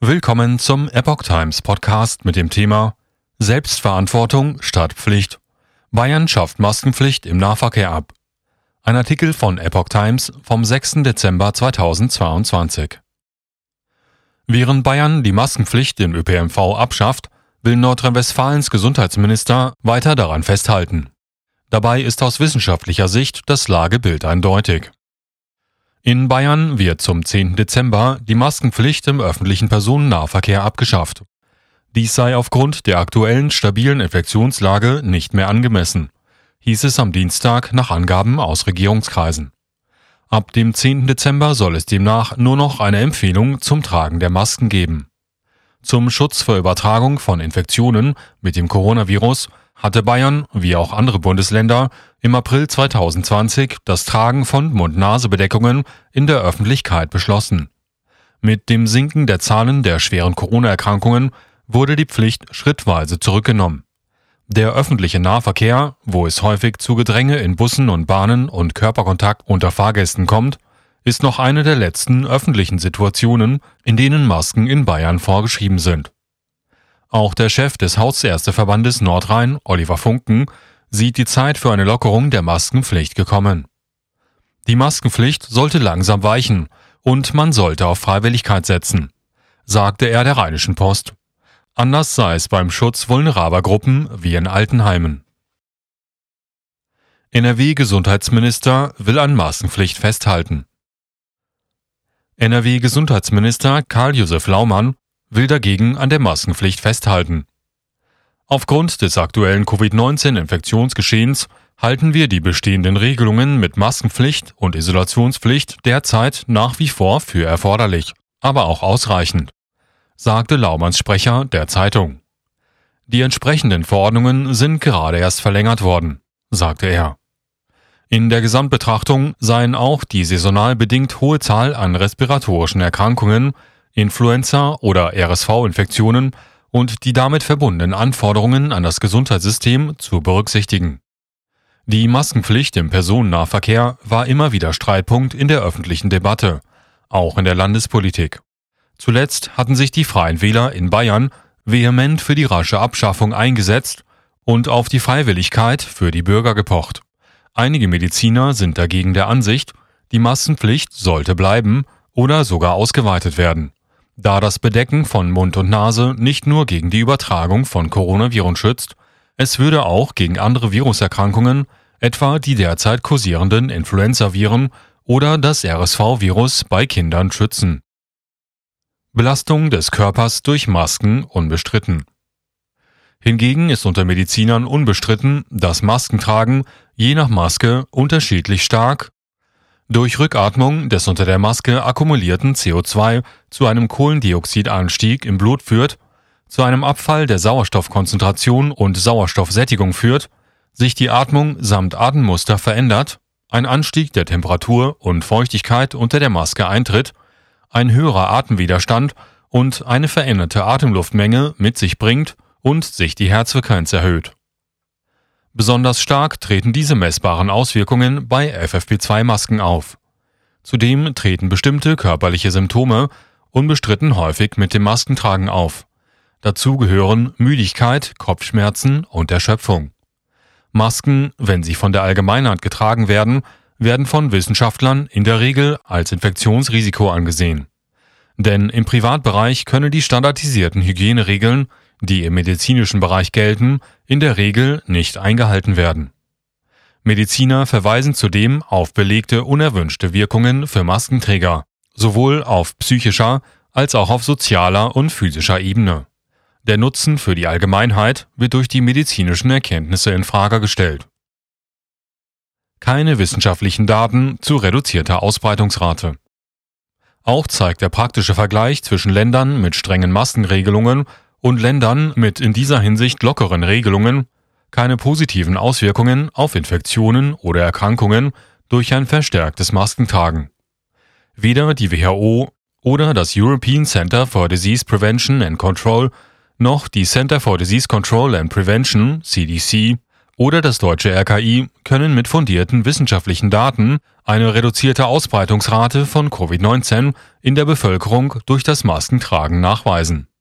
Willkommen zum Epoch Times Podcast mit dem Thema Selbstverantwortung statt Pflicht. Bayern schafft Maskenpflicht im Nahverkehr ab. Ein Artikel von Epoch Times vom 6. Dezember 2022. Während Bayern die Maskenpflicht im ÖPNV abschafft, will Nordrhein-Westfalens Gesundheitsminister weiter daran festhalten. Dabei ist aus wissenschaftlicher Sicht das Lagebild eindeutig. In Bayern wird zum 10. Dezember die Maskenpflicht im öffentlichen Personennahverkehr abgeschafft. Dies sei aufgrund der aktuellen stabilen Infektionslage nicht mehr angemessen, hieß es am Dienstag nach Angaben aus Regierungskreisen. Ab dem 10. Dezember soll es demnach nur noch eine Empfehlung zum Tragen der Masken geben. Zum Schutz vor Übertragung von Infektionen mit dem Coronavirus hatte Bayern, wie auch andere Bundesländer, im April 2020 das Tragen von Mund-Nase-Bedeckungen in der Öffentlichkeit beschlossen. Mit dem Sinken der Zahlen der schweren Corona-Erkrankungen wurde die Pflicht schrittweise zurückgenommen. Der öffentliche Nahverkehr, wo es häufig zu Gedränge in Bussen und Bahnen und Körperkontakt unter Fahrgästen kommt, ist noch eine der letzten öffentlichen Situationen, in denen Masken in Bayern vorgeschrieben sind. Auch der Chef des Hausärzteverbandes Nordrhein, Oliver Funken, sieht die Zeit für eine Lockerung der Maskenpflicht gekommen. Die Maskenpflicht sollte langsam weichen und man sollte auf Freiwilligkeit setzen, sagte er der Rheinischen Post. Anders sei es beim Schutz vulnerabler Gruppen wie in Altenheimen. NRW-Gesundheitsminister will an Maskenpflicht festhalten. NRW-Gesundheitsminister Karl-Josef Laumann will dagegen an der Maskenpflicht festhalten. Aufgrund des aktuellen Covid-19-Infektionsgeschehens halten wir die bestehenden Regelungen mit Maskenpflicht und Isolationspflicht derzeit nach wie vor für erforderlich, aber auch ausreichend, sagte Laumanns Sprecher der Zeitung. Die entsprechenden Verordnungen sind gerade erst verlängert worden, sagte er. In der Gesamtbetrachtung seien auch die saisonal bedingt hohe Zahl an respiratorischen Erkrankungen, Influenza- oder RSV-Infektionen und die damit verbundenen Anforderungen an das Gesundheitssystem zu berücksichtigen. Die Maskenpflicht im Personennahverkehr war immer wieder Streitpunkt in der öffentlichen Debatte, auch in der Landespolitik. Zuletzt hatten sich die Freien Wähler in Bayern vehement für die rasche Abschaffung eingesetzt und auf die Freiwilligkeit für die Bürger gepocht. Einige Mediziner sind dagegen der Ansicht, die Maskenpflicht sollte bleiben oder sogar ausgeweitet werden, da das Bedecken von Mund und Nase nicht nur gegen die Übertragung von Coronaviren schützt, es würde auch gegen andere Viruserkrankungen, etwa die derzeit kursierenden Influenzaviren oder das RSV-Virus bei Kindern schützen. Belastung des Körpers durch Masken unbestritten. Hingegen ist unter Medizinern unbestritten, dass Maskentragen je nach Maske unterschiedlich stark durch Rückatmung des unter der Maske akkumulierten CO2 zu einem Kohlendioxidanstieg im Blut führt, zu einem Abfall der Sauerstoffkonzentration und Sauerstoffsättigung führt, sich die Atmung samt Atemmuster verändert, ein Anstieg der Temperatur und Feuchtigkeit unter der Maske eintritt, ein höherer Atemwiderstand und eine veränderte Atemluftmenge mit sich bringt und sich die Herzfrequenz erhöht. Besonders stark treten diese messbaren Auswirkungen bei FFP2-Masken auf. Zudem treten bestimmte körperliche Symptome unbestritten häufig mit dem Maskentragen auf. Dazu gehören Müdigkeit, Kopfschmerzen und Erschöpfung. Masken, wenn sie von der Allgemeinheit getragen werden, werden von Wissenschaftlern in der Regel als Infektionsrisiko angesehen. Denn im Privatbereich können die standardisierten Hygieneregeln, die im medizinischen Bereich gelten, in der Regel nicht eingehalten werden. Mediziner verweisen zudem auf belegte unerwünschte Wirkungen für Maskenträger, sowohl auf psychischer als auch auf sozialer und physischer Ebene. Der Nutzen für die Allgemeinheit wird durch die medizinischen Erkenntnisse in Frage gestellt. Keine wissenschaftlichen Daten zu reduzierter Ausbreitungsrate. Auch zeigt der praktische Vergleich zwischen Ländern mit strengen Maskenregelungen und Ländern mit in dieser Hinsicht lockeren Regelungen keine positiven Auswirkungen auf Infektionen oder Erkrankungen durch ein verstärktes Maskentragen. Weder die WHO oder das European Center for Disease Prevention and Control noch die Center for Disease Control and Prevention (CDC) oder das deutsche RKI können mit fundierten wissenschaftlichen Daten eine reduzierte Ausbreitungsrate von Covid-19 in der Bevölkerung durch das Maskentragen nachweisen.